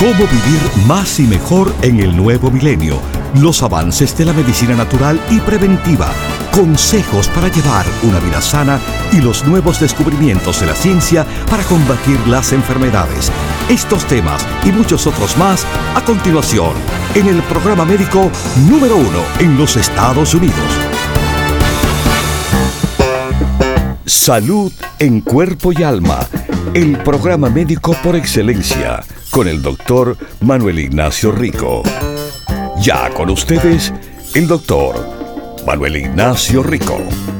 Cómo vivir más y mejor en el nuevo milenio. Los avances de la medicina natural y preventiva. Consejos para llevar una vida sana y los nuevos descubrimientos de la ciencia para combatir las enfermedades. Estos temas y muchos otros más a continuación en el programa médico número 1 en los Estados Unidos. Salud en cuerpo y alma. El programa médico por excelencia con el doctor Manuel Ignacio Rico. Ya con ustedes, el doctor Manuel Ignacio Rico.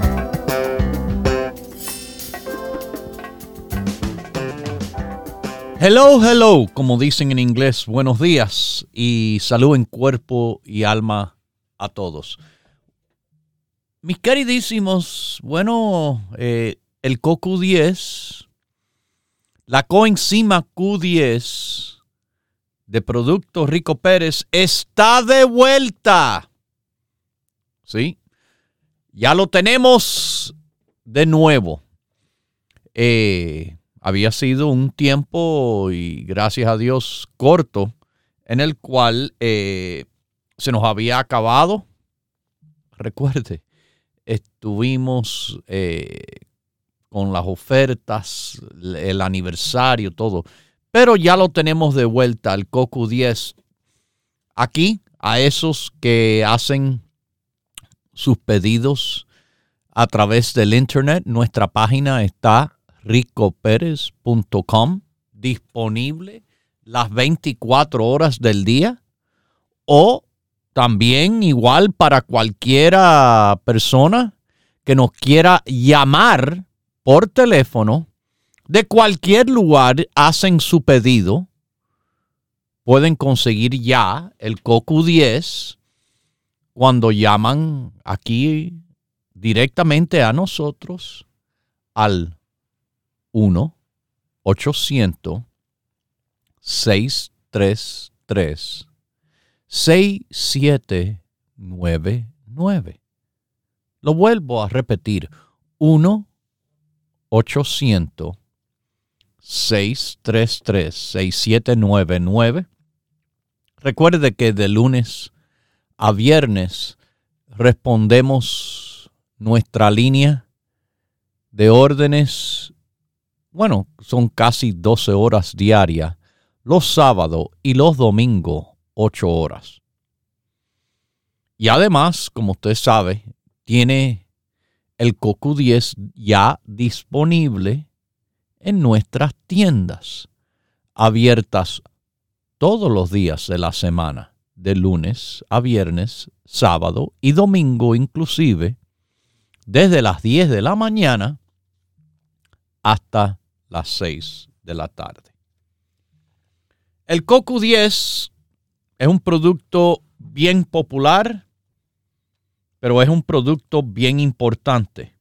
Hello, hello, como dicen en inglés, buenos días y salud en cuerpo y alma a todos. Mis queridísimos, bueno, el CoQ10, la coenzima Q10 de Productos Rico Pérez está de vuelta. ¿Sí? Ya lo tenemos de nuevo. Había sido un tiempo, y gracias a Dios, corto, en el cual se nos había acabado. Recuerde, estuvimos con las ofertas, el aniversario, todo. Pero ya lo tenemos de vuelta, el CoQ10, aquí, a esos que hacen sus pedidos a través del internet. Nuestra página está ricoperez.com, disponible las 24 horas del día, o también igual para cualquiera persona que nos quiera llamar por teléfono de cualquier lugar, hacen su pedido, pueden conseguir ya el CoQ10 cuando llaman aquí directamente a nosotros al 1-800-633-6799. Lo vuelvo a repetir, 1-800-633-6799. Recuerde que de lunes a viernes respondemos nuestra línea de órdenes. Bueno, son casi 12 horas diarias, los sábados y los domingos, 8 horas. Y además, como usted sabe, tiene el CoQ10 ya disponible en nuestras tiendas, abiertas todos los días de la semana, de lunes a viernes, sábado y domingo inclusive, desde las 10 de la mañana hasta las 6 de la tarde. El CoQ10 es un producto bien popular, pero es un producto bien importante.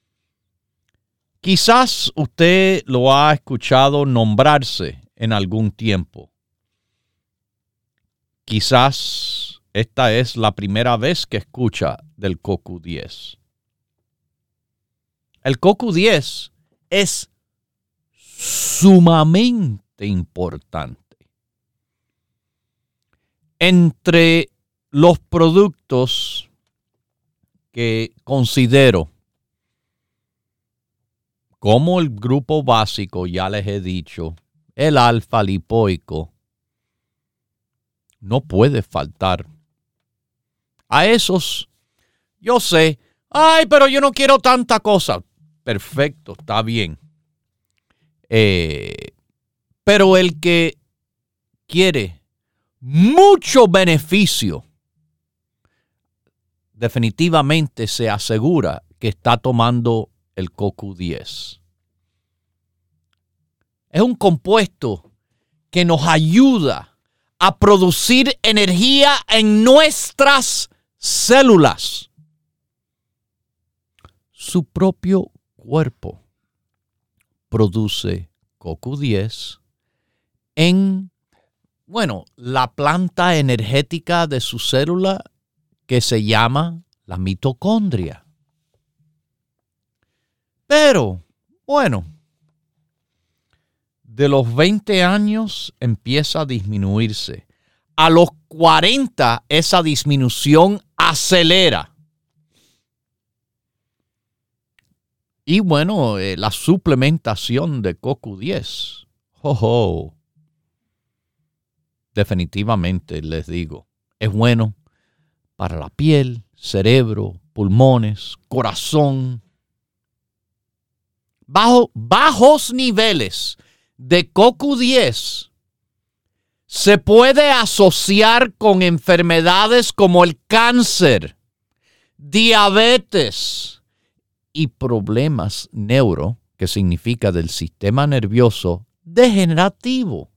Quizás usted lo ha escuchado nombrarse en algún tiempo. Quizás esta es la primera vez que escucha del CoQ10. El CoQ10 es sumamente importante. Entre los productos que considero como el grupo básico, ya les he dicho, el alfa lipoico, no puede faltar. A esos, yo sé, ay, pero yo no quiero tanta cosa. Perfecto, está bien. Pero el que quiere mucho beneficio, definitivamente se asegura que está tomando el CoQ10. Es un compuesto que nos ayuda a producir energía en nuestras células. Su propio cuerpo produce CoQ10 en, la planta energética de su célula que se llama la mitocondria. Pero, de los 20 años empieza a disminuirse. A los 40 esa disminución acelera. Y bueno, la suplementación de CoQ10. Definitivamente les digo, es bueno para la piel, cerebro, pulmones, corazón. Bajos niveles de CoQ10 se puede asociar con enfermedades como el cáncer, diabetes y problemas que significa del sistema nervioso degenerativo.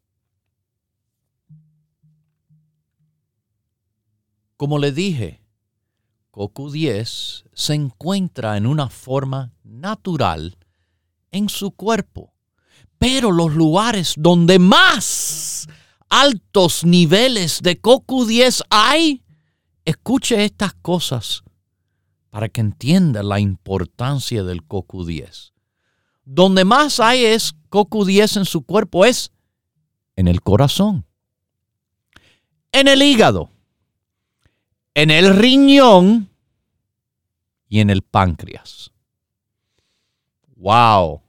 Como le dije, CoQ10 se encuentra en una forma natural en su cuerpo, pero los lugares donde más altos niveles de CoQ10 hay, escuche estas cosas para que entienda la importancia del CoQ10. Donde más hay es CoQ10 en su cuerpo es en el corazón, en el hígado, en el riñón y en el páncreas. ¡Wow!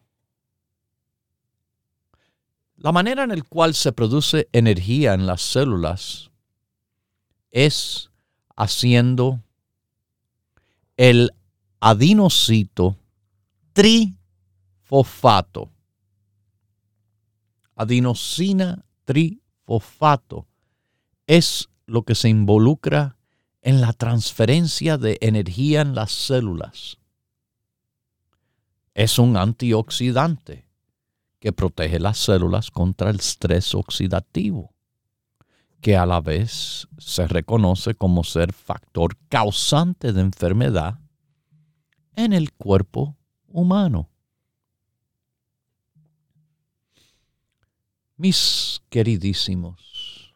La manera en la cual se produce energía en las células es haciendo el adenosito trifosfato. Adenosina trifosfato es lo que se involucra en la transferencia de energía en las células. Es un antioxidante que protege las células contra el estrés oxidativo, que a la vez se reconoce como ser factor causante de enfermedad en el cuerpo humano. Mis queridísimos,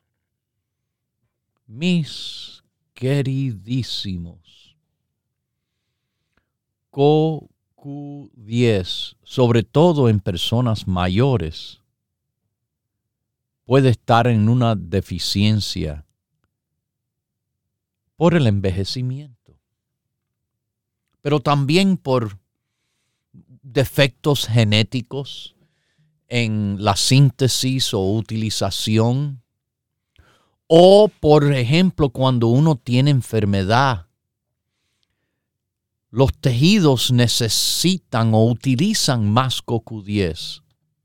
CoQ10, sobre todo en personas mayores, puede estar en una deficiencia por el envejecimiento, pero también por defectos genéticos en la síntesis o utilización, o por ejemplo cuando uno tiene enfermedad, los tejidos necesitan o utilizan más CoQ10.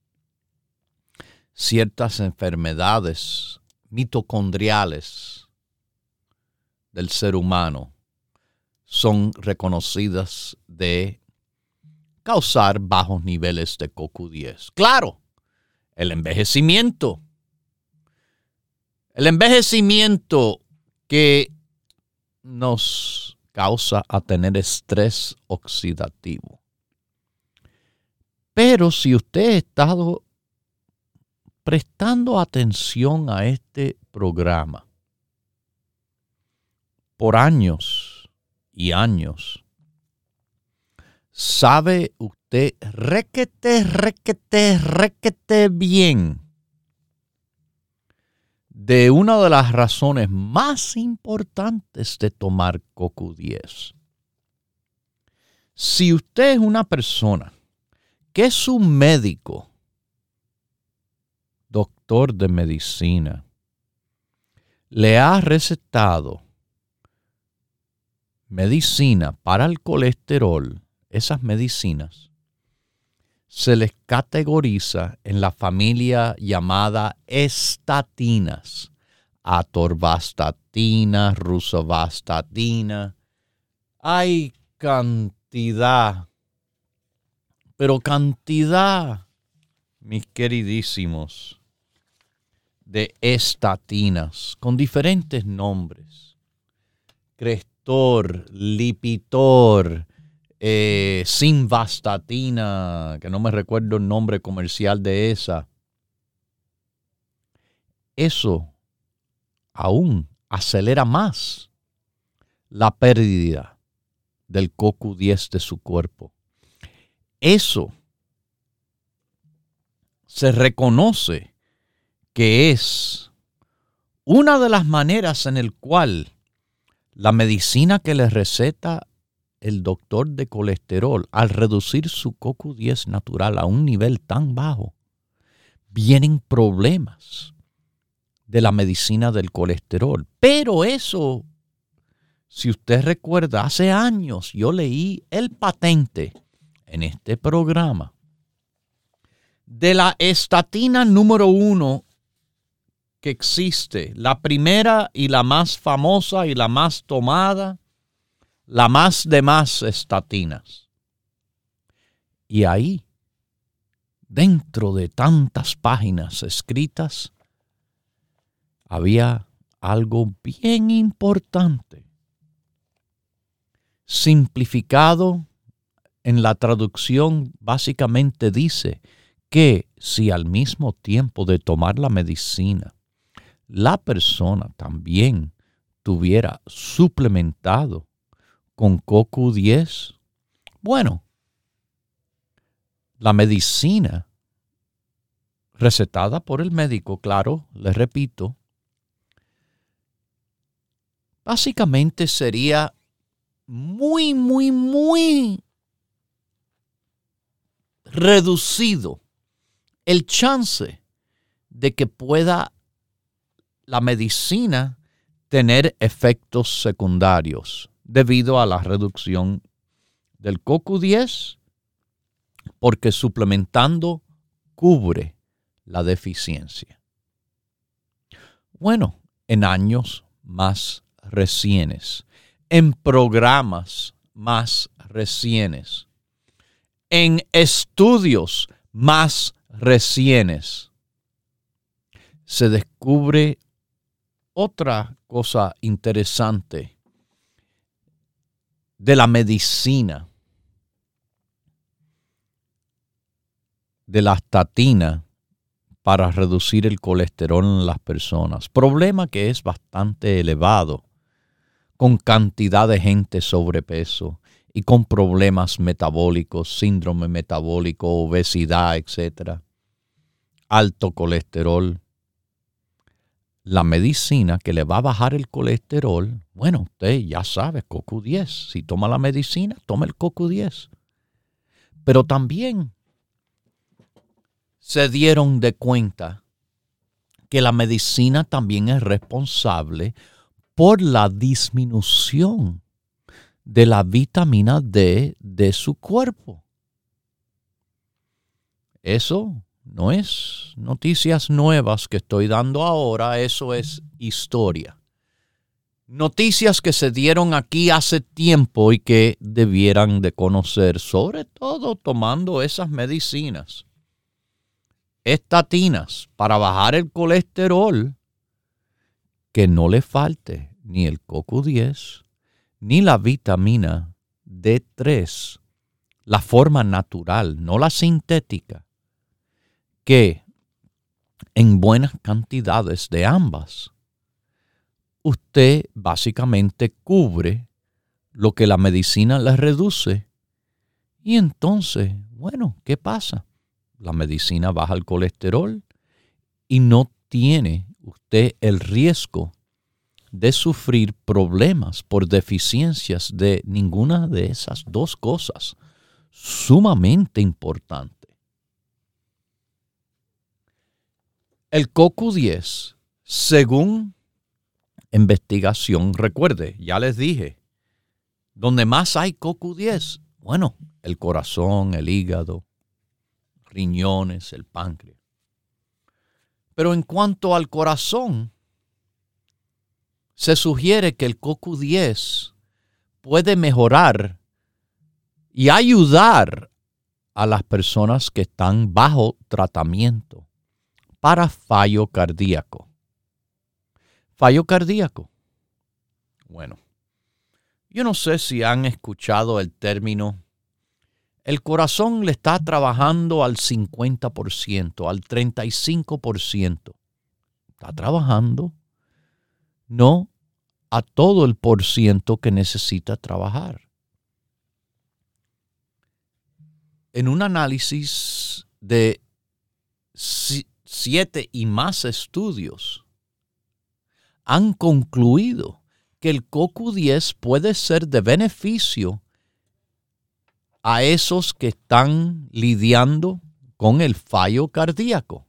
Ciertas enfermedades mitocondriales del ser humano son reconocidas de causar bajos niveles de CoQ10. Claro, el envejecimiento que nos causa a tener estrés oxidativo. Pero si usted ha estado prestando atención a este programa por años y años, sabe usted requete bien de una de las razones más importantes de tomar CoQ10. Si usted es una persona que es un médico, doctor de medicina, le ha recetado medicina para el colesterol, esas medicinas se les categoriza en la familia llamada estatinas. Atorvastatina, rosuvastatina. Hay cantidad, mis queridísimos, de estatinas con diferentes nombres. Crestor, Lipitor, simvastatina, que no me recuerdo el nombre comercial de esa. Eso aún acelera más la pérdida del CoQ10 de su cuerpo. Eso se reconoce que es una de las maneras en el cual la medicina que le receta el doctor de colesterol, al reducir su CoQ10 natural a un nivel tan bajo, vienen problemas de la medicina del colesterol. Pero eso, si usted recuerda, hace años yo leí el patente en este programa de la estatina número 1 que existe, la primera y la más famosa y la más tomada, la más de más estatinas. Y ahí, dentro de tantas páginas escritas, había algo bien importante. Simplificado en la traducción, básicamente dice que si al mismo tiempo de tomar la medicina, la persona también tuviera suplementado con CoQ10, bueno, la medicina recetada por el médico, claro, les repito, básicamente sería muy reducido el chance de que pueda la medicina tener efectos secundarios debido a la reducción del CoQ10, porque suplementando cubre la deficiencia. Bueno, en años más recientes, en programas más recientes, en estudios más recientes, se descubre otra cosa interesante de la medicina, de la estatina para reducir el colesterol en las personas. Problema que es bastante elevado, con cantidad de gente sobrepeso y con problemas metabólicos, síndrome metabólico, obesidad, etc. Alto colesterol. La medicina que le va a bajar el colesterol, bueno, usted ya sabe, CoQ10. Si toma la medicina, toma el CoQ10. Pero también se dieron de cuenta que la medicina también es responsable por la disminución de la vitamina D de su cuerpo. Eso no es noticias nuevas que estoy dando ahora, eso es historia. Noticias que se dieron aquí hace tiempo y que debieran de conocer, sobre todo tomando esas medicinas, estatinas, para bajar el colesterol, que no le falte ni el CoQ10 ni la vitamina D3, la forma natural, no la sintética, que en buenas cantidades de ambas, usted básicamente cubre lo que la medicina le reduce. Y entonces, bueno, ¿qué pasa? La medicina baja el colesterol y no tiene usted el riesgo de sufrir problemas por deficiencias de ninguna de esas dos cosas. Sumamente importante. El CoQ10, según investigación, recuerde, ya les dije, donde más hay CoQ10, bueno, el corazón, el hígado, riñones, el páncreas. Pero en cuanto al corazón, se sugiere que el CoQ10 puede mejorar y ayudar a las personas que están bajo tratamiento para fallo cardíaco. Fallo cardíaco. Bueno, yo no sé si han escuchado el término. El corazón le está trabajando al 50%, al 35%. Está trabajando, no a todo el % que necesita trabajar. En un análisis de 7 y más estudios han concluido que el CoQ10 puede ser de beneficio a esos que están lidiando con el fallo cardíaco.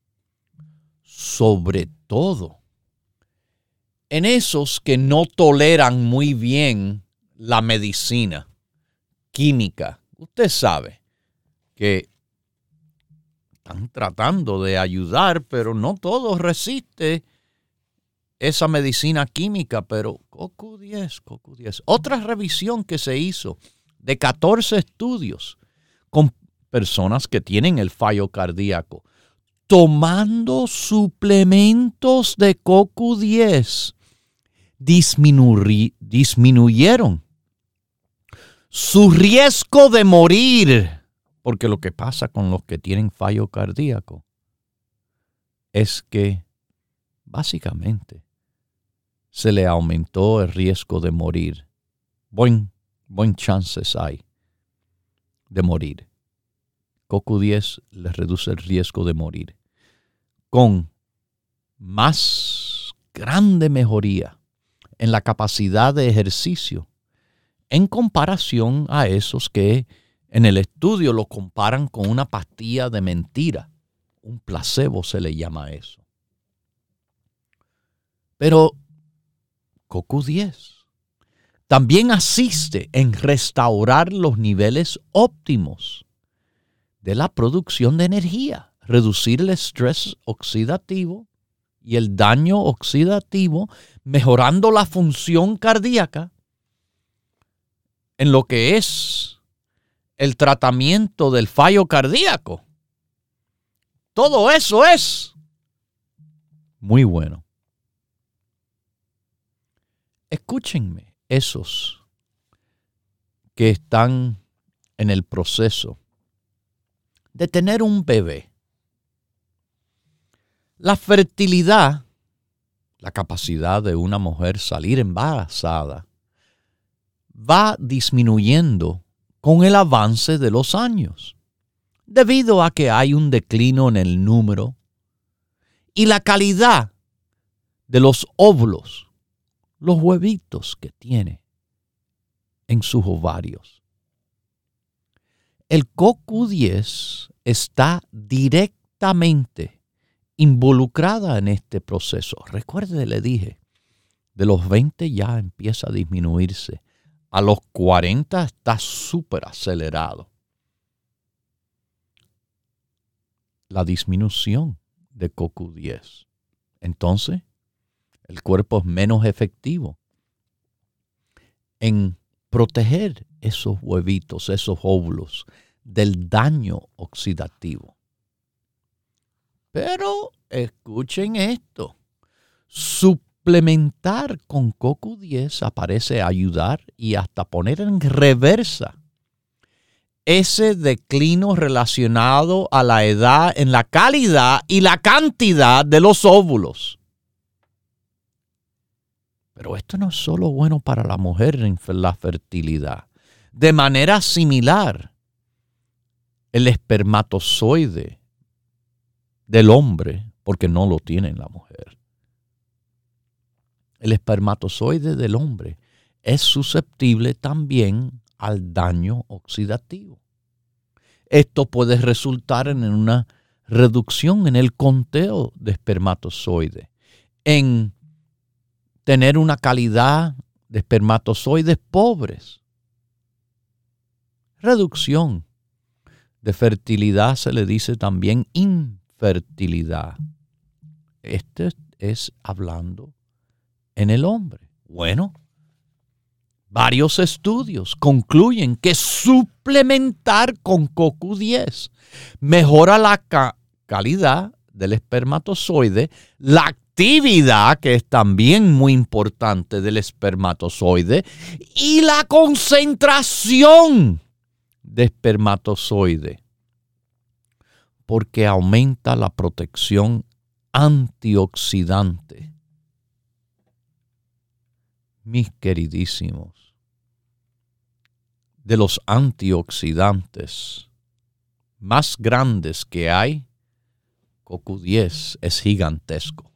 Sobre todo en esos que no toleran muy bien la medicina química. Usted sabe que están tratando de ayudar, pero no todo resiste esa medicina química, pero CoQ10. Otra revisión que se hizo de 14 estudios con personas que tienen el fallo cardíaco, tomando suplementos de CoQ10, disminuyeron su riesgo de morir. Porque lo que pasa con los que tienen fallo cardíaco es que básicamente se le aumentó el riesgo de morir. Buen chances hay de morir. CoQ10 les reduce el riesgo de morir con más grande mejoría en la capacidad de ejercicio en comparación a esos que en el estudio lo comparan con una pastilla de mentira. Un placebo se le llama a eso. Pero CoQ10 también asiste en restaurar los niveles óptimos de la producción de energía, reducir el estrés oxidativo y el daño oxidativo, mejorando la función cardíaca en lo que es el tratamiento del fallo cardíaco. Todo eso es muy bueno. Escúchenme, esos que están en el proceso de tener un bebé. La fertilidad, la capacidad de una mujer salir embarazada, va disminuyendo con el avance de los años, debido a que hay un declino en el número y la calidad de los óvulos, los huevitos que tiene en sus ovarios. El CoQ10 está directamente involucrada en este proceso. Recuerde, le dije, de los 20 ya empieza a disminuirse. A los 40 está súper acelerado. La disminución de CoQ10. Entonces, el cuerpo es menos efectivo en proteger esos huevitos, esos óvulos, del daño oxidativo. Pero escuchen esto. Suplementar con CoQ10 parece ayudar y hasta poner en reversa ese declino relacionado a la edad en la calidad y la cantidad de los óvulos. Pero esto no es solo bueno para la mujer en la fertilidad. De manera similar, el espermatozoide del hombre, porque no lo tiene la mujer. El espermatozoide del hombre es susceptible también al daño oxidativo. Esto puede resultar en una reducción en el conteo de espermatozoides, en tener una calidad de espermatozoides pobres. Reducción de fertilidad se le dice también infertilidad. Este es hablando en el hombre. Bueno, varios estudios concluyen que suplementar con CoQ10 mejora la calidad del espermatozoide, la actividad, que es también muy importante del espermatozoide, y la concentración de espermatozoide, porque aumenta la protección antioxidante. Mis queridísimos, de los antioxidantes más grandes que hay CoQ10 es gigantesco.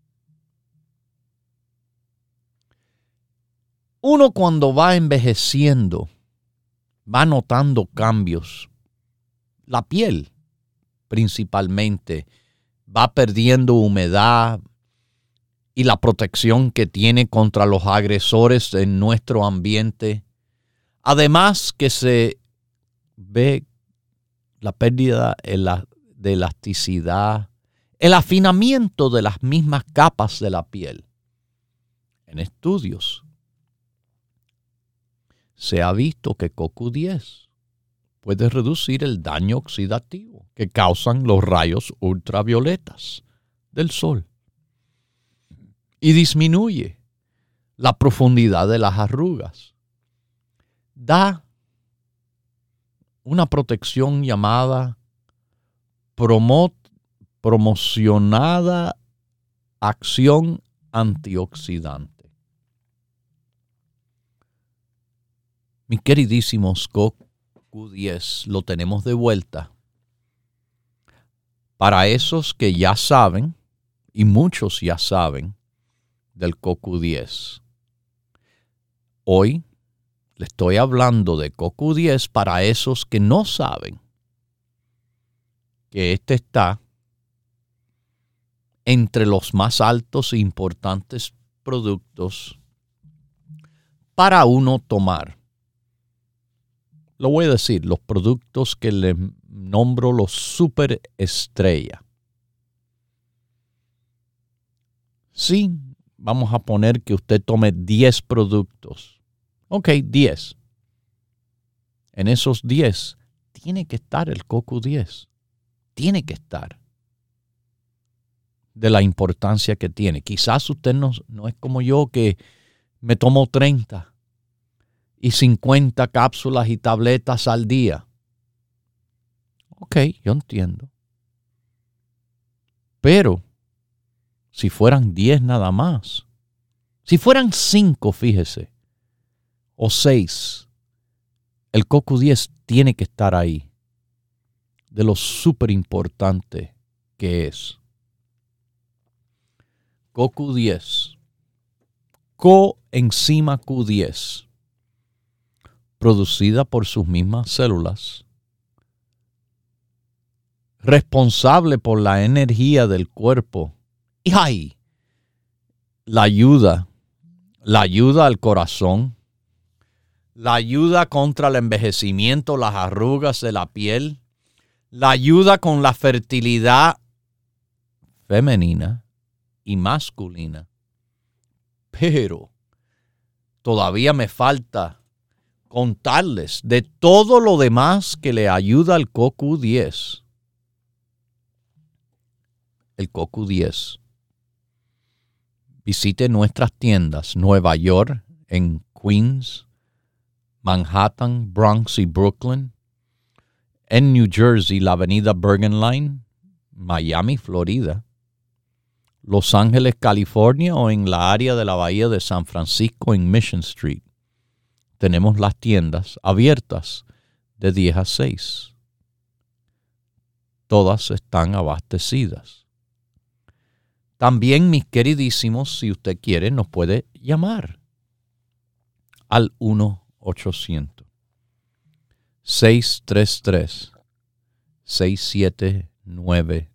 Uno cuando va envejeciendo va notando cambios. La piel principalmente va perdiendo humedad y la protección que tiene contra los agresores en nuestro ambiente. Además que se ve la pérdida de elasticidad, el afinamiento de las mismas capas de la piel. En estudios se ha visto que CoQ10 puede reducir el daño oxidativo que causan los rayos ultravioletas del sol y disminuye la profundidad de las arrugas. Da una protección llamada promocionada acción antioxidante. Mis queridísimos CoQ10, lo tenemos de vuelta. Para esos que ya saben, y muchos ya saben, del CoQ10. Hoy le estoy hablando de CoQ10 para esos que no saben que este está entre los más altos e importantes productos para uno tomar. Lo voy a decir, los productos que le nombro los superestrella. Sí, vamos a poner que usted tome 10 productos. Ok, 10. En esos 10 tiene que estar el CoQ10. Tiene que estar. De la importancia que tiene. Quizás usted no es como yo que me tomo 30 y 50 cápsulas y tabletas al día. Ok, yo entiendo. Pero si fueran 10 nada más, si fueran 5, fíjese, o 6, el CoQ10 tiene que estar ahí, de lo súper importante que es. CoQ10, coenzima Q10, producida por sus mismas células, responsable por la energía del cuerpo y la ayuda al corazón, la ayuda contra el envejecimiento, las arrugas de la piel, la ayuda con la fertilidad femenina y masculina. Pero todavía me falta contarles de todo lo demás que le ayuda al CoQ10. El CoQ10. Visite nuestras tiendas Nueva York, en Queens, Manhattan, Bronx y Brooklyn. En New Jersey, la avenida Bergen Line. Miami, Florida. Los Ángeles, California, o en la área de la Bahía de San Francisco en Mission Street. Tenemos las tiendas abiertas de 10 a 6. Todas están abastecidas. También, mis queridísimos, si usted quiere, nos puede llamar al 1-800-633-6799.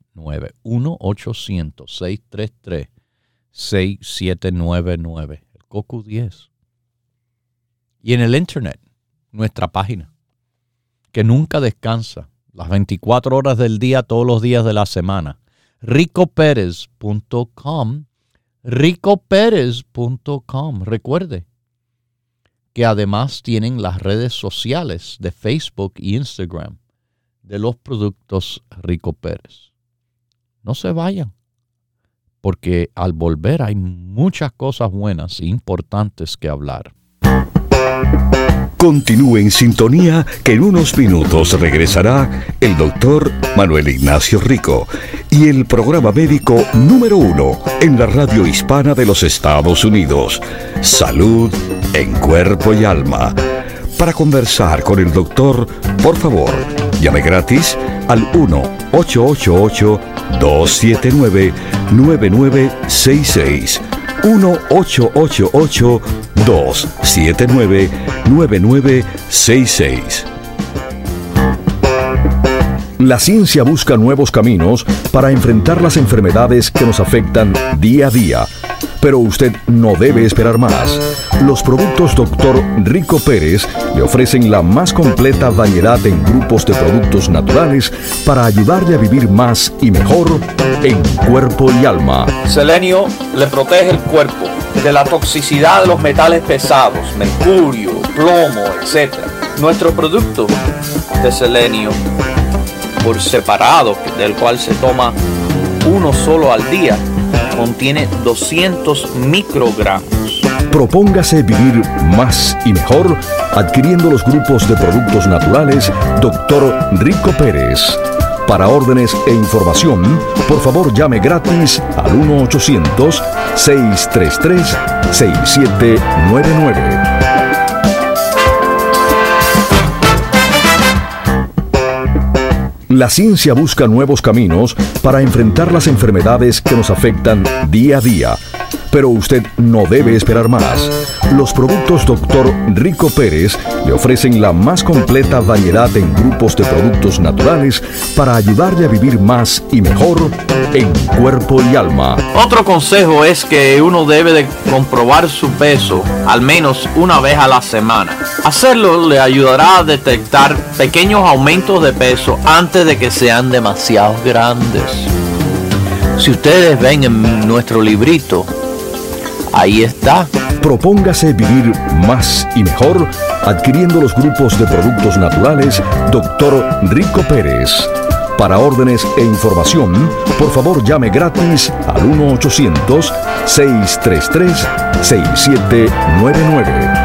1-800-633-6799. El CoQ10. Y en el internet, nuestra página, que nunca descansa, las 24 horas del día, todos los días de la semana. ricoperez.com. ricoperez.com. Recuerde que además tienen las redes sociales de Facebook y Instagram de los productos Rico Pérez. No se vayan, porque al volver hay muchas cosas buenas e importantes que hablar. Continúe en sintonía, que en unos minutos regresará el doctor Manuel Ignacio Rico y el programa médico número 1 en la radio hispana de los Estados Unidos, Salud en Cuerpo y Alma. Para conversar con el doctor, por favor, llame gratis al 1-888 1-888-279-9966. 1-888-279-9966. La ciencia busca nuevos caminos para enfrentar las enfermedades que nos afectan día a día. Pero usted no debe esperar más. Los productos Dr. Rico Pérez le ofrecen la más completa variedad en grupos de productos naturales para ayudarle a vivir más y mejor en cuerpo y alma. Selenio le protege el cuerpo de la toxicidad de los metales pesados, mercurio, plomo, etc. Nuestro producto de selenio por separado, del cual se toma uno solo al día, contiene 200 microgramos. Propóngase vivir más y mejor adquiriendo los grupos de productos naturales Dr. Rico Pérez. Para órdenes e información, por favor llame gratis al 1-800-633-6799. La ciencia busca nuevos caminos para enfrentar las enfermedades que nos afectan día a día. Pero usted no debe esperar más. Los productos Dr. Rico Pérez le ofrecen la más completa variedad en grupos de productos naturales para ayudarle a vivir más y mejor en cuerpo y alma. Otro consejo es que uno debe de comprobar su peso al menos una vez a la semana. Hacerlo le ayudará a detectar pequeños aumentos de peso antes de que sean demasiado grandes. Si ustedes ven en nuestro librito, ahí está. Propóngase vivir más y mejor adquiriendo los grupos de productos naturales Dr. Rico Pérez. Para órdenes e información, por favor llame gratis al 1-800-633-6799.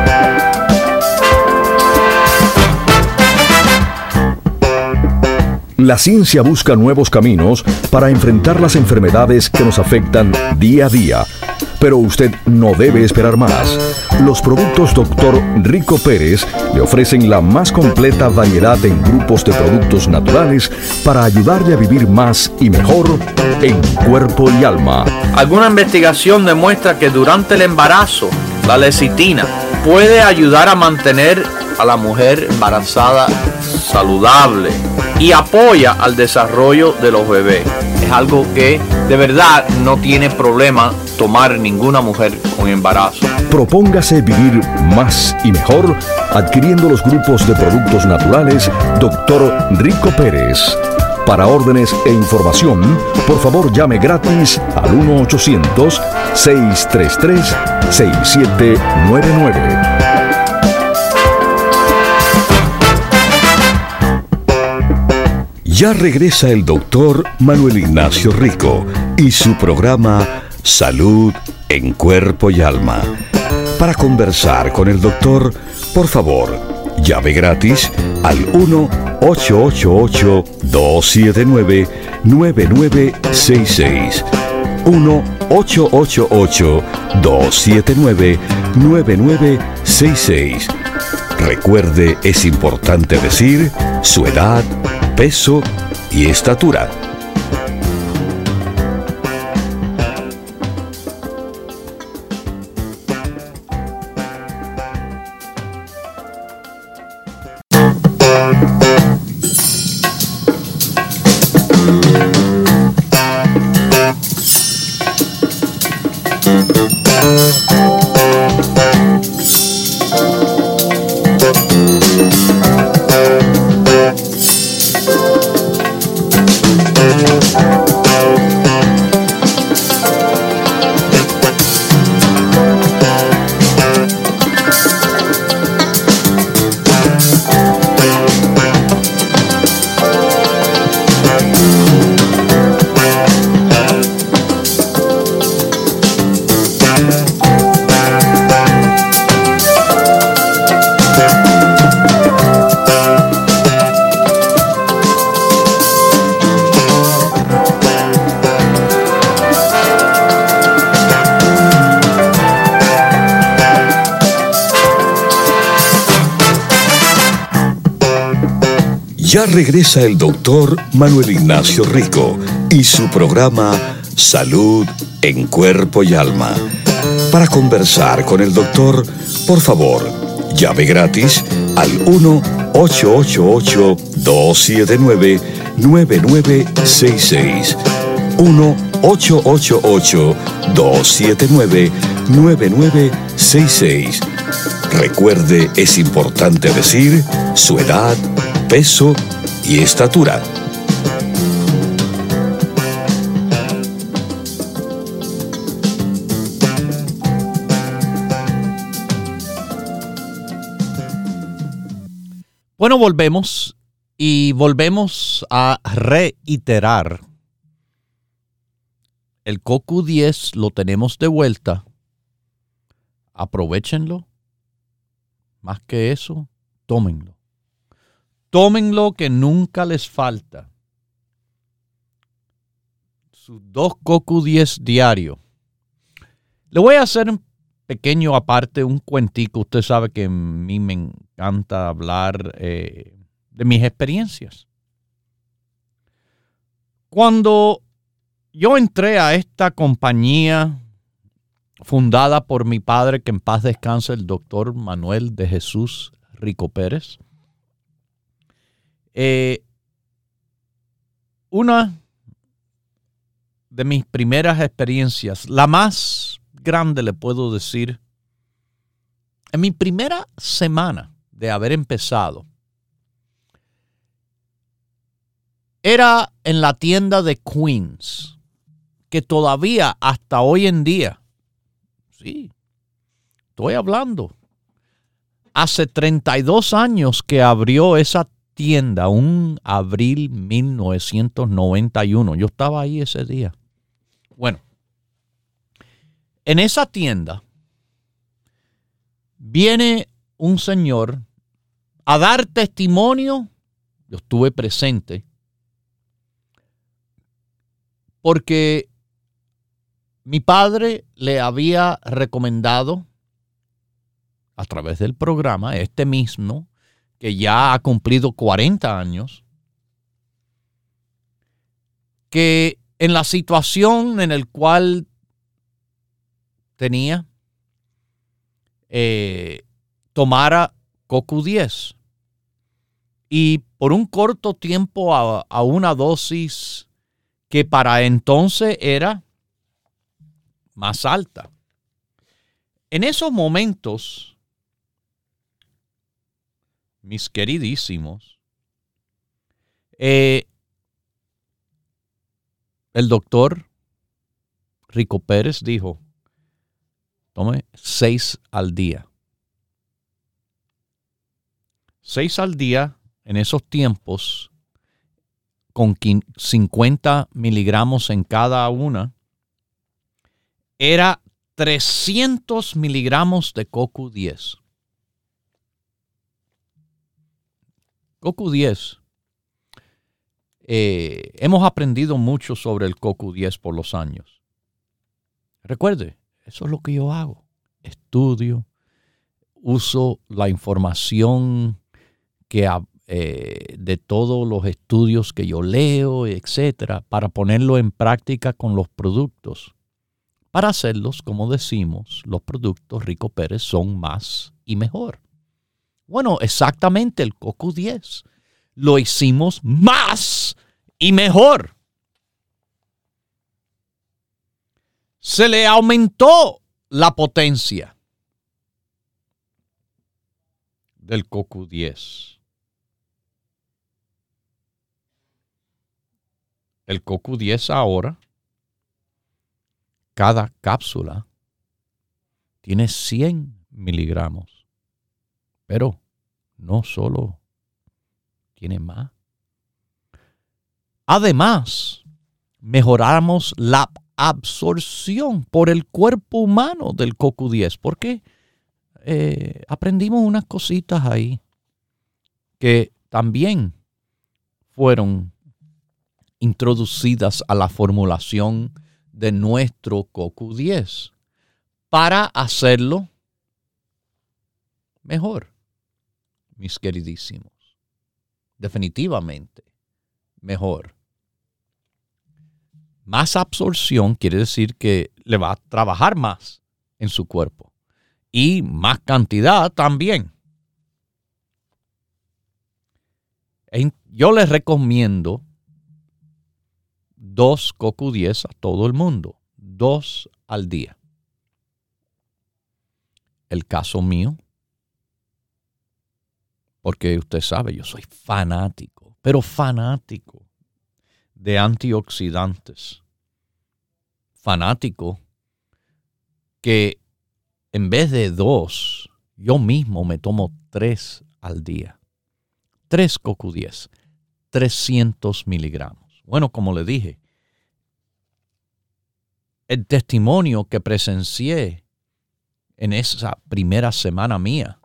La ciencia busca nuevos caminos para enfrentar las enfermedades que nos afectan día a día. Pero usted no debe esperar más. Los productos Dr. Rico Pérez le ofrecen la más completa variedad en grupos de productos naturales para ayudarle a vivir más y mejor en cuerpo y alma. Alguna investigación demuestra que durante el embarazo, la lecitina puede ayudar a mantener a la mujer embarazada saludable y apoya al desarrollo de los bebés. Es algo que de verdad no tiene problema tomar ninguna mujer con embarazo. Propóngase vivir más y mejor adquiriendo los grupos de productos naturales Dr. Rico Pérez. Para órdenes e información, por favor llame gratis al 1-800-633-6799. Ya regresa el doctor Manuel Ignacio Rico y su programa Salud en Cuerpo y Alma. Para conversar con el doctor, por favor, llame gratis al 1-888-279-9966. 1-888-279-9966. Recuerde, es importante decir su edad, peso y estatura. Ya regresa el doctor Manuel Ignacio Rico y su programa Salud en Cuerpo y Alma. Para conversar con el doctor, por favor, llame gratis al 1-888-279-9966. 1-888-279-9966. Recuerde, es importante decir su edad, peso y estatura. Bueno, volvemos a reiterar. El CoQ10 lo tenemos de vuelta. Aprovéchenlo. Más que eso, tómenlo. Tómenlo, que nunca les falta. Sus 2 CoQ10 diarios. Le voy a hacer un pequeño aparte, un cuentico. Usted sabe que a mí me encanta hablar de mis experiencias. Cuando yo entré a esta compañía fundada por mi padre, que en paz descanse, el doctor Manuel de Jesús Rico Pérez, una de mis primeras experiencias, la más grande le puedo decir, en mi primera semana de haber empezado, era en la tienda de Queens, que todavía hasta hoy en día, sí, estoy hablando, hace 32 años que abrió esa tienda, un abril 1991. Yo estaba ahí ese día. Bueno, en esa tienda viene un señor a dar testimonio. Yo estuve presente porque mi padre le había recomendado a través del programa, este mismo, que ya ha cumplido 40 años, que en la situación en la cual tenía, tomara CoQ10. Y por un corto tiempo a una dosis que para entonces era más alta. En esos momentos, mis queridísimos, el doctor Rico Pérez dijo, tome 6 al día. 6 al día en esos tiempos, con 50 miligramos en cada una, era 300 miligramos de CoQ10. CoQ10. Hemos aprendido mucho sobre el CoQ10 por los años. Recuerde, eso es lo que yo hago. Estudio, uso la información que de todos los estudios que yo leo, etcétera, para ponerlo en práctica con los productos. Para hacerlos, como decimos, los productos Rico Pérez son más y mejor. Bueno, exactamente el CoQ10 lo hicimos más y mejor. Se le aumentó la potencia del CoQ10. El CoQ10 ahora, cada cápsula tiene 100 miligramos, pero no solo tiene más. Además, mejoramos la absorción por el cuerpo humano del CoQ10. ¿Por qué? Aprendimos unas cositas ahí que también fueron introducidas a la formulación de nuestro CoQ10 para hacerlo mejor, mis queridísimos. definitivamente mejor. Más absorción quiere decir que le va a trabajar más en su cuerpo. Y más cantidad también. Yo les recomiendo 2 CoQ10 a todo el mundo. 2 al día. El caso mío, porque usted sabe, yo soy fanático, pero fanático de antioxidantes. Fanático que en vez de 2, yo mismo me tomo 3 al día. 3 CoQ10, 300 miligramos. Bueno, como le dije, el testimonio que presencié en esa primera semana mía,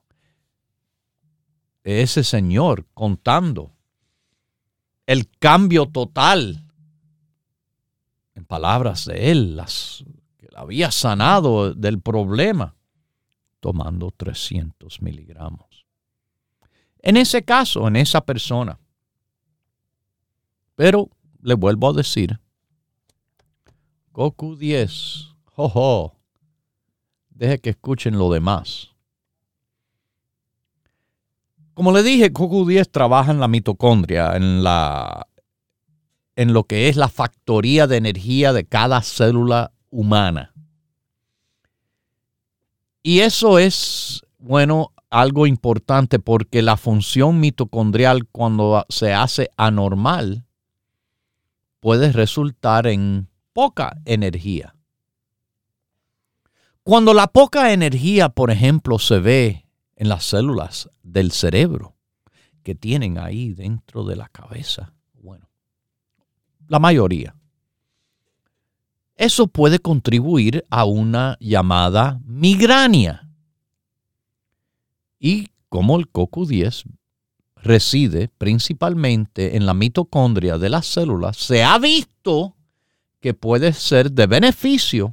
de ese señor contando el cambio total, en palabras de él, que la había sanado del problema, tomando 300 miligramos. En ese caso, en esa persona. Pero le vuelvo a decir, CoQ10, deje que escuchen lo demás. Como le dije, CoQ10 trabaja en la mitocondria, en lo que es la factoría de energía de cada célula humana. Y eso es, bueno, algo importante porque la función mitocondrial cuando se hace anormal puede resultar en poca energía. Cuando la poca energía, por ejemplo, se ve en las células del cerebro que tienen ahí dentro de la cabeza, bueno, la mayoría, eso puede contribuir a una llamada migraña. Y como el CoQ10 reside principalmente en la mitocondria de las células, se ha visto que puede ser de beneficio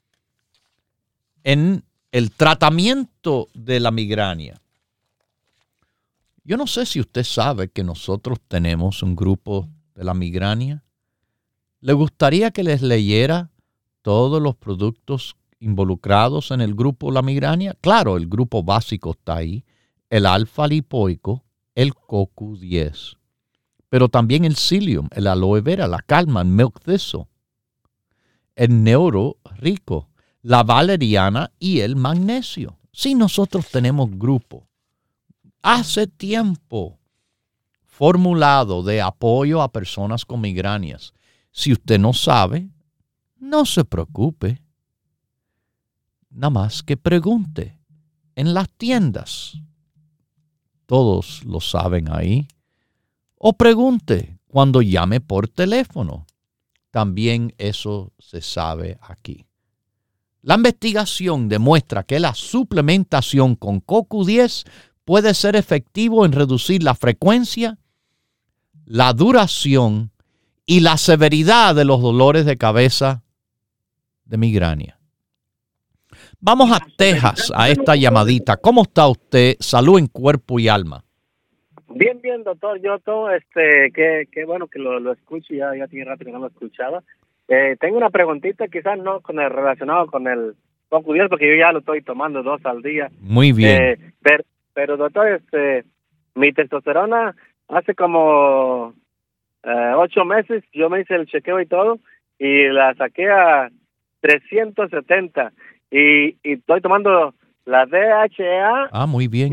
en el tratamiento de la migraña. Yo no sé si usted sabe que nosotros tenemos un grupo de la migraña. ¿Le gustaría que les leyera todos los productos involucrados en el grupo La Migraña? Claro, el grupo básico está ahí, el alfa lipoico, el CoQ10, pero también el psyllium, el aloe vera, la calma, el milk thistle, el neuro rico, la valeriana y el magnesio. Sí, nosotros tenemos grupo hace tiempo formulado de apoyo a personas con migrañas. Si usted no sabe, no se preocupe. Nada más que pregunte en las tiendas. Todos lo saben ahí. O pregunte cuando llame por teléfono. También eso se sabe aquí. La investigación demuestra que la suplementación con CoQ10 puede ser efectivo en reducir la frecuencia, la duración y la severidad de los dolores de cabeza de migraña. Vamos a Texas, a esta llamadita. ¿Cómo está usted? Salud en cuerpo y alma. Bien, doctor. Yo todo, qué bueno que lo escucho. Ya tiene rato que no lo escuchaba. Tengo una preguntita, quizás no relacionado con el CoQ10, porque yo ya lo estoy tomando 2 al día. Muy bien. Pero doctor, mi testosterona hace como 8 meses, yo me hice el chequeo y todo, y la saqué a 370, y estoy tomando la DHEA. Ah, muy bien.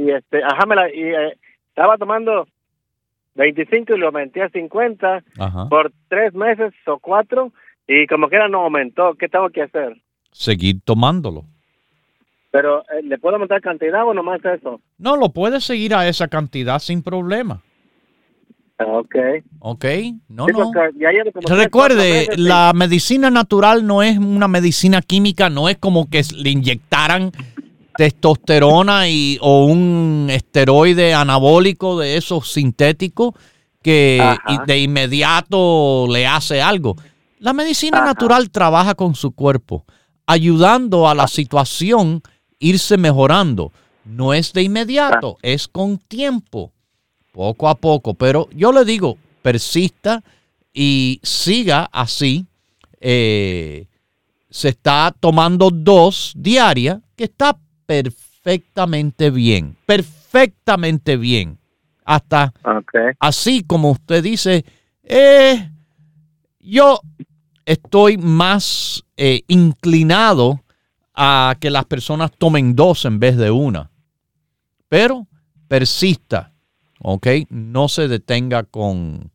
Estaba tomando 25 y lo aumenté a 50. Ajá. Por 3 meses o 4, y como quiera no aumentó. ¿Qué tengo que hacer? Seguir tomándolo. Pero, ¿le puedo aumentar cantidad o nomás eso? No, lo puede seguir a esa cantidad sin problema. Ok. No. Recuerde, la medicina natural no es una medicina química, no es como que le inyectaran testosterona o un esteroide anabólico de esos sintéticos que de inmediato le hace algo. La medicina natural trabaja con su cuerpo, ayudando a la situación irse mejorando. No es de inmediato, es con tiempo. poco a poco. Pero yo le digo, persista y siga así. Se está tomando 2 diarias, que está perfectamente bien. Perfectamente bien. Hasta así como usted dice, yo estoy más inclinado a que las personas tomen 2 en vez de 1. Pero persista, ¿ok? No se detenga con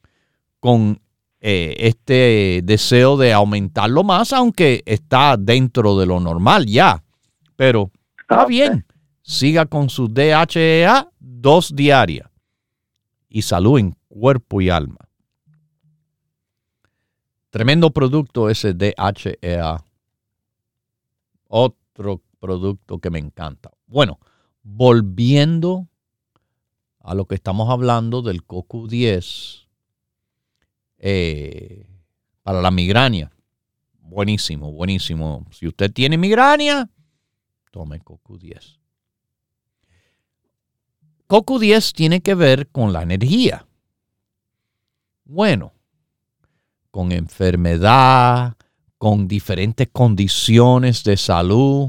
este deseo de aumentarlo más, aunque está dentro de lo normal ya. Pero está bien. Siga con su DHEA 2 diarias. Y salud en cuerpo y alma. Tremendo producto ese DHEA. Otro producto que me encanta. Bueno, volviendo a lo que estamos hablando del CoQ10 para la migraña. Buenísimo, buenísimo. Si usted tiene migraña, tome CoQ10. CoQ10 tiene que ver con la energía. Bueno, con enfermedad, con diferentes condiciones de salud.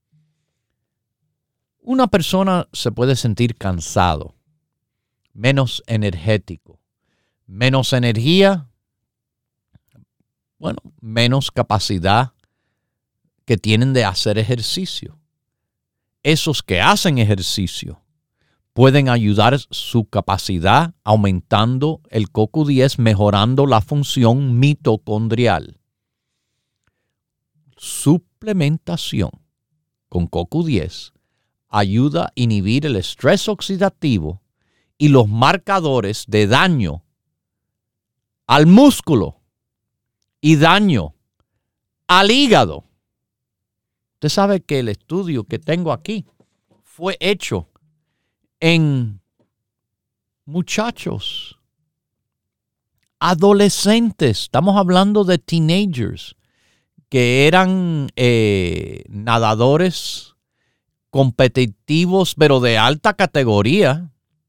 Una persona se puede sentir cansado, menos energético, menos energía, bueno, menos capacidad que tienen de hacer ejercicio. Esos que hacen ejercicio pueden ayudar su capacidad aumentando el CoQ10, mejorando la función mitocondrial. Suplementación con CoQ10 ayuda a inhibir el estrés oxidativo y los marcadores de daño al músculo y daño al hígado. Usted sabe que el estudio que tengo aquí fue hecho en muchachos, adolescentes, estamos hablando de teenagers, que eran nadadores competitivos, pero de alta categoría,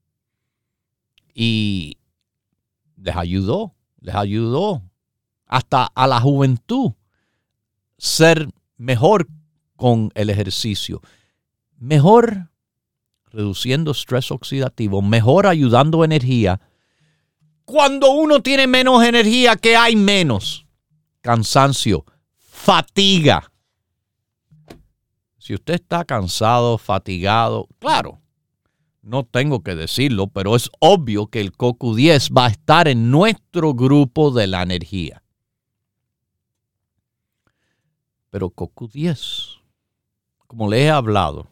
y les ayudó hasta a la juventud ser mejor con el ejercicio, mejor reduciendo estrés oxidativo, mejor ayudando energía. Cuando uno tiene menos energía, ¿qué hay menos? Cansancio, fatiga. Si usted está cansado, fatigado, claro, no tengo que decirlo, pero es obvio que el CoQ10 va a estar en nuestro grupo de la energía. Pero CoQ10, como le he hablado,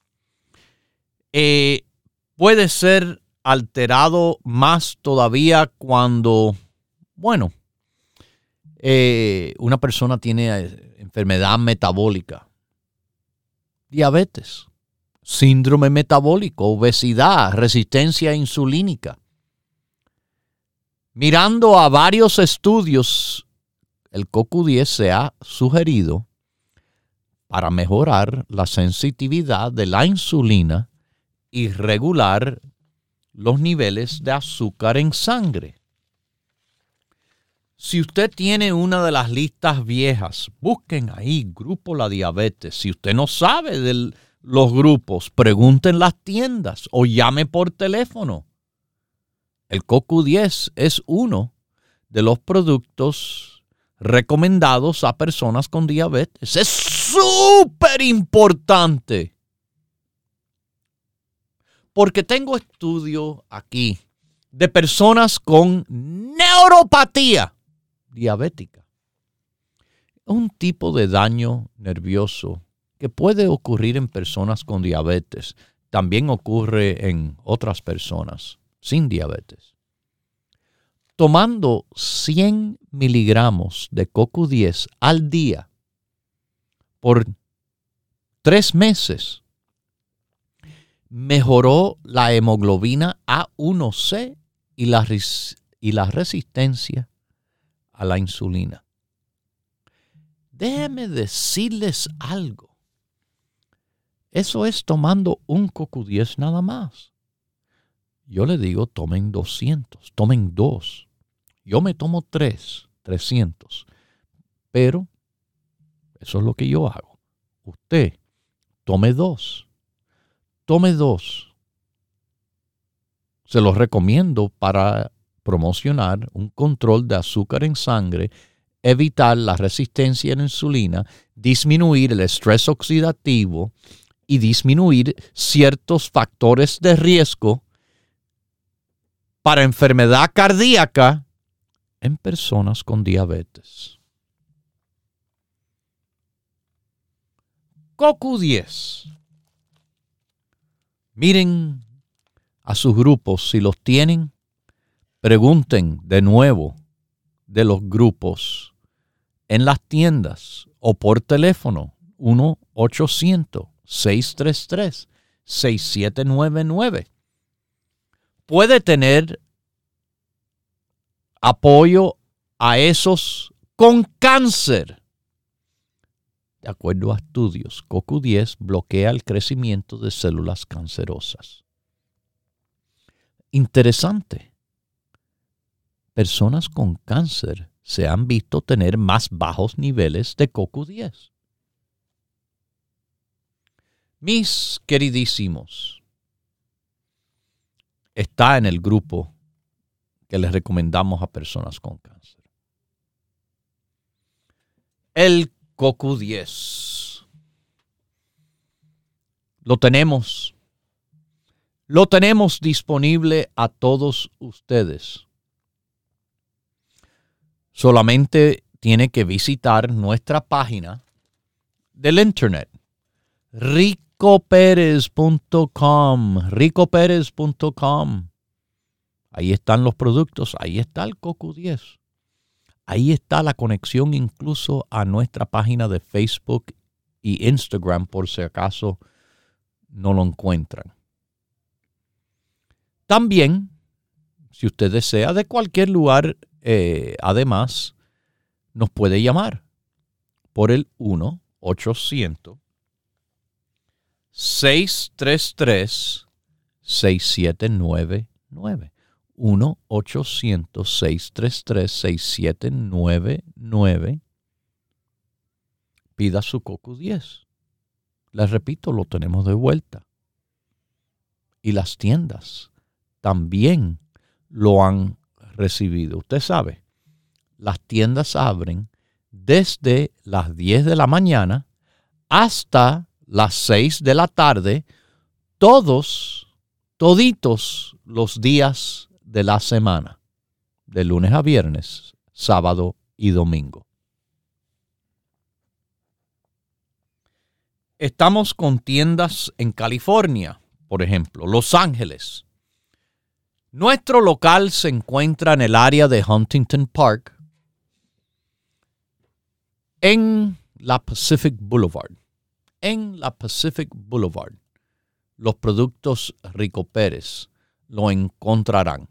puede ser alterado más todavía cuando, bueno, una persona tiene enfermedad metabólica, diabetes, síndrome metabólico, obesidad, resistencia insulínica. Mirando a varios estudios, el CoQ10 se ha sugerido para mejorar la sensitividad de la insulina y regular los niveles de azúcar en sangre. Si usted tiene una de las listas viejas, busquen ahí Grupo La Diabetes. Si usted no sabe de los grupos, pregunte en las tiendas o llame por teléfono. El CoQ10 es uno de los productos recomendados a personas con diabetes. Es súper importante. Porque tengo estudios aquí de personas con neuropatía diabética. Un tipo de daño nervioso que puede ocurrir en personas con diabetes. También ocurre en otras personas sin diabetes. Tomando 100 miligramos de CoQ10 al día por 3 meses, mejoró la hemoglobina A1C y la resistencia a la insulina. Déjenme decirles algo. Eso es tomando un CoQ10 nada más. yo le digo tomen 200, tomen 2. Yo me tomo 300. Pero eso es lo que yo hago. Usted tome 2. Tome 2. Se los recomiendo para promocionar un control de azúcar en sangre, evitar la resistencia a la insulina, disminuir el estrés oxidativo y disminuir ciertos factores de riesgo para enfermedad cardíaca en personas con diabetes. CoQ10. Miren a sus grupos si los tienen. Pregunten de nuevo de los grupos en las tiendas o por teléfono 1-800-633-6799. Puede tener apoyo a esos con cáncer. De acuerdo a estudios, CoQ10 bloquea el crecimiento de células cancerosas. Interesante. Personas con cáncer se han visto tener más bajos niveles de CoQ10. Mis queridísimos, está en el grupo que les recomendamos a personas con cáncer. El CoQ10. Lo tenemos disponible a todos ustedes. Solamente tiene que visitar nuestra página del internet, ricoperez.com. Ahí están los productos, ahí está el CoQ10. Ahí está la conexión incluso a nuestra página de Facebook y Instagram por si acaso no lo encuentran. También, si usted desea, de cualquier lugar, además, nos puede llamar por el 1-800-633-6799. 1-800-633-6799. Pida su CoQ10. Les repito, lo tenemos de vuelta. Y las tiendas también lo han recibido. Usted sabe, las tiendas abren desde las 10 de la mañana hasta las 6 de la tarde, toditos los días de la semana, de lunes a viernes, sábado y domingo. Estamos con tiendas en California, por ejemplo, Los Ángeles. Nuestro local se encuentra en el área de Huntington Park, en la Pacific Boulevard. En la Pacific Boulevard, los productos Rico Pérez lo encontrarán.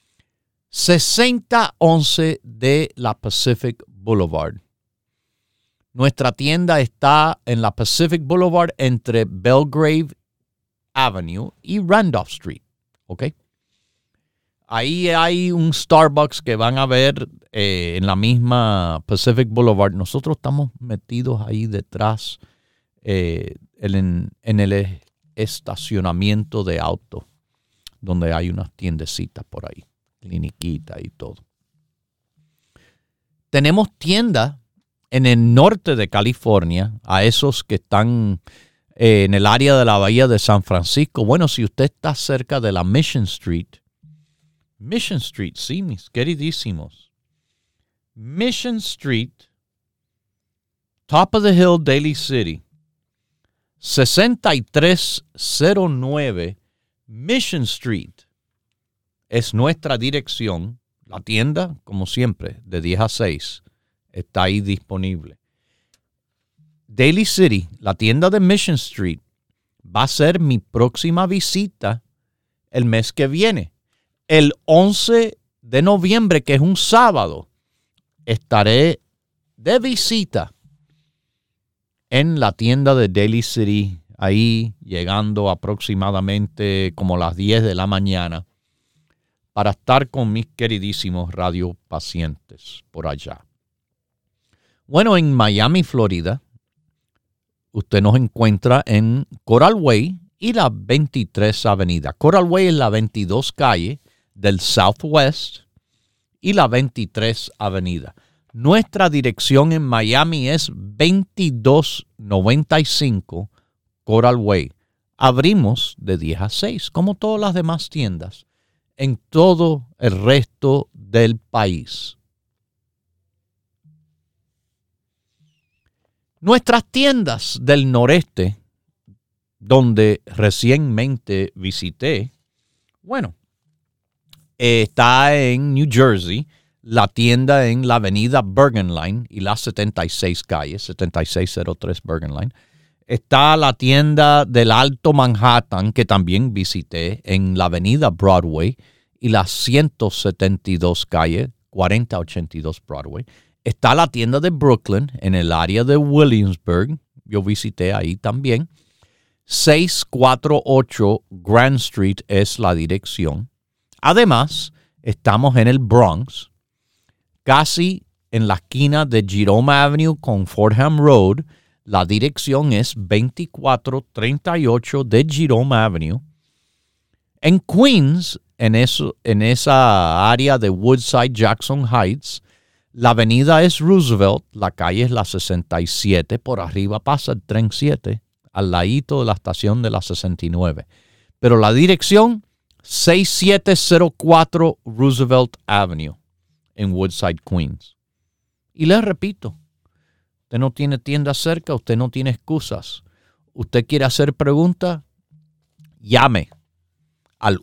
6011 de la Pacific Boulevard. Nuestra tienda está en la Pacific Boulevard entre Belgrave Avenue y Randolph Street. ¿Ok? Ahí hay un Starbucks que van a ver en la misma Pacific Boulevard. Nosotros estamos metidos ahí detrás en el estacionamiento de auto, donde hay unas tiendecitas por ahí, cliniquita y todo. Tenemos tiendas en el norte de California, a esos que están en el área de la bahía de San Francisco. Bueno, si usted está cerca de la Mission Street, sí, mis queridísimos. Mission Street, Top of the Hill, Daly City, 6309 Mission Street es nuestra dirección. La tienda, como siempre, de 10 a 6, está ahí disponible. Daly City, la tienda de Mission Street, va a ser mi próxima visita el mes que viene. El 11 de noviembre, que es un sábado, estaré de visita en la tienda de Daly City, ahí llegando aproximadamente como las 10 de la mañana. para estar con mis queridísimos radiopacientes por allá. Bueno, en Miami, Florida, usted nos encuentra en Coral Way y la 23 Avenida. Coral Way es la 22 calle del Southwest y la 23 Avenida. Nuestra dirección en Miami es 2295 Coral Way. Abrimos de 10 a 6, como todas las demás tiendas, en todo el resto del país. Nuestras tiendas del noreste, donde recientemente visité, bueno, está en New Jersey, la tienda en la avenida Bergen Line y la 76 calle, 7603 Bergen Line. Está la tienda del Alto Manhattan, que también visité, en la avenida Broadway y la 172 calle, 4082 Broadway. Está la tienda de Brooklyn en el área de Williamsburg. Yo visité ahí también. 648 Grand Street es la dirección. Además, estamos en el Bronx, casi en la esquina de Jerome Avenue con Fordham Road. La dirección es 2438 de Jerome Avenue. En Queens, en esa área de Woodside, Jackson Heights, la avenida es Roosevelt, la calle es la 67, por arriba pasa el tren 7, al ladito de la estación de la 69. Pero la dirección, 6704 Roosevelt Avenue, en Woodside, Queens. Y les repito, usted no tiene tienda cerca, usted no tiene excusas. Usted quiere hacer preguntas, llame al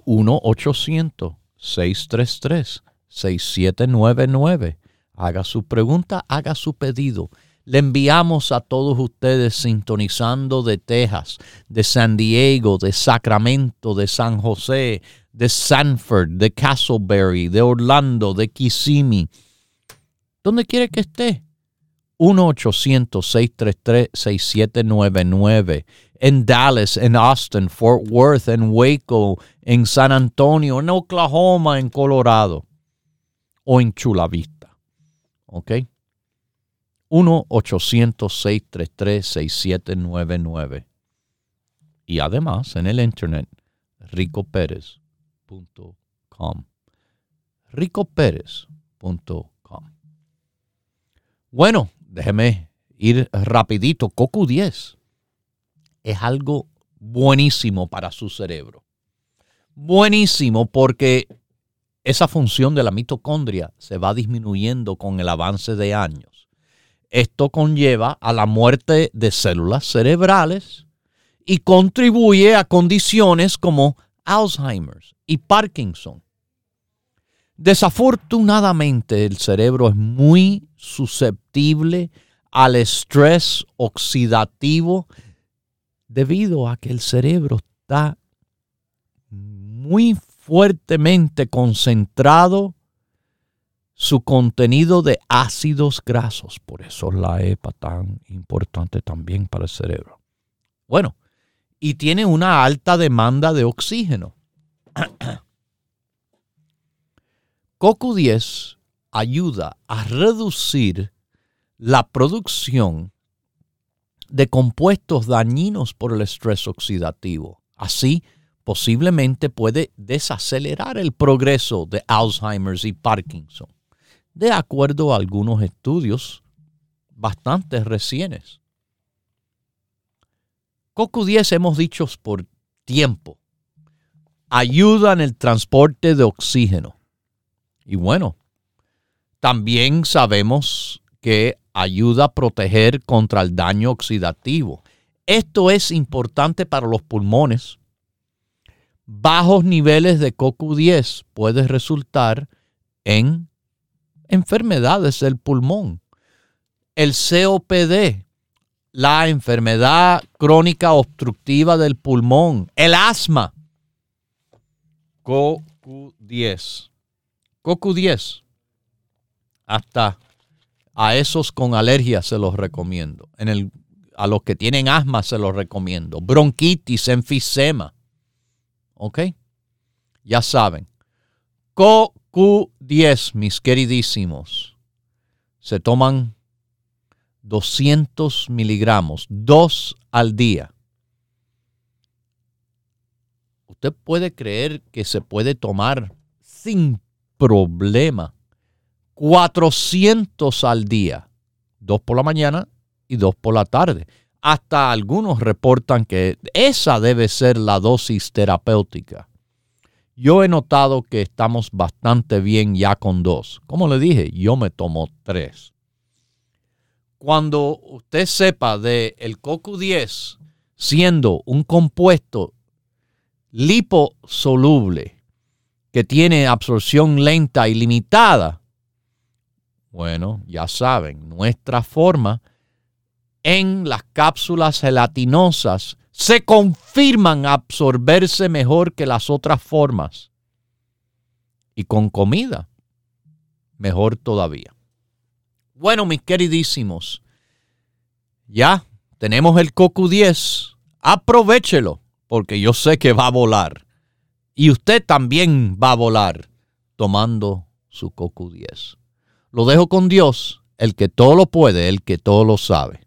1-800-633-6799. Haga su pregunta, haga su pedido. Le enviamos a todos ustedes sintonizando de Texas, de San Diego, de Sacramento, de San José, de Sanford, de Castleberry, de Orlando, de Kissimmee. ¿Dónde quiere que esté? 1-800-633-6799. En Dallas, en Austin, Fort Worth, en Waco, en San Antonio, en Oklahoma, en Colorado o en Chula Vista. ¿Ok? 1-800-633-6799. Y además en el internet, ricoperez.com. ricoperez.com. Bueno, déjeme ir rapidito. CoQ10 es algo buenísimo para su cerebro. Buenísimo porque esa función de la mitocondria se va disminuyendo con el avance de años. Esto conlleva a la muerte de células cerebrales y contribuye a condiciones como Alzheimer y Parkinson. Desafortunadamente, el cerebro es muy susceptible al estrés oxidativo debido a que el cerebro está muy fuertemente concentrado su contenido de ácidos grasos. Por eso la EPA tan importante también para el cerebro. Bueno, y tiene una alta demanda de oxígeno. CoQ10 ayuda a reducir la producción de compuestos dañinos por el estrés oxidativo. Así, posiblemente puede desacelerar el progreso de Alzheimer y Parkinson, de acuerdo a algunos estudios bastante recientes. CoQ10, hemos dicho por tiempo, ayuda en el transporte de oxígeno. Y bueno, también sabemos que ayuda a proteger contra el daño oxidativo. Esto es importante para los pulmones. Bajos niveles de CoQ10 pueden resultar en enfermedades del pulmón. El COPD, la enfermedad crónica obstructiva del pulmón, el asma. CoQ10. CoQ10. Hasta a esos con alergia se los recomiendo. A los que tienen asma se los recomiendo. Bronquitis, enfisema. ¿Ok? Ya saben. CoQ10, mis queridísimos. Se toman 200 miligramos, 2 al día. Usted puede creer que se puede tomar sin problema 400 al día, 2 por la mañana y 2 por la tarde. Hasta algunos reportan que esa debe ser la dosis terapéutica. Yo he notado que estamos bastante bien ya con 2. Como le dije, yo me tomo 3. Cuando usted sepa de el CoQ10 siendo un compuesto liposoluble que tiene absorción lenta y limitada, bueno, ya saben, nuestra forma en las cápsulas gelatinosas se confirman absorberse mejor que las otras formas. Y con comida, mejor todavía. Bueno, mis queridísimos, ya tenemos el CoQ10. Aprovéchelo, porque yo sé que va a volar. Y usted también va a volar tomando su CoQ10. Lo dejo con Dios, el que todo lo puede, el que todo lo sabe.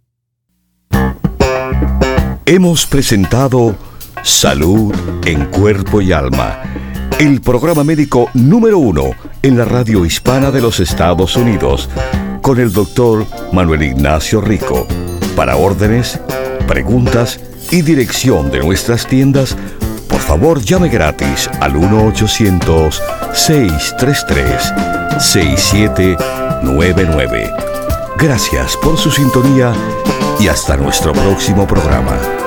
Hemos presentado Salud en Cuerpo y Alma, el programa médico número 1 en la radio hispana de los Estados Unidos, con el doctor Manuel Ignacio Rico. Para órdenes, preguntas y dirección de nuestras tiendas, por favor llame gratis al 1-800-633-6799. Gracias por su sintonía y hasta nuestro próximo programa.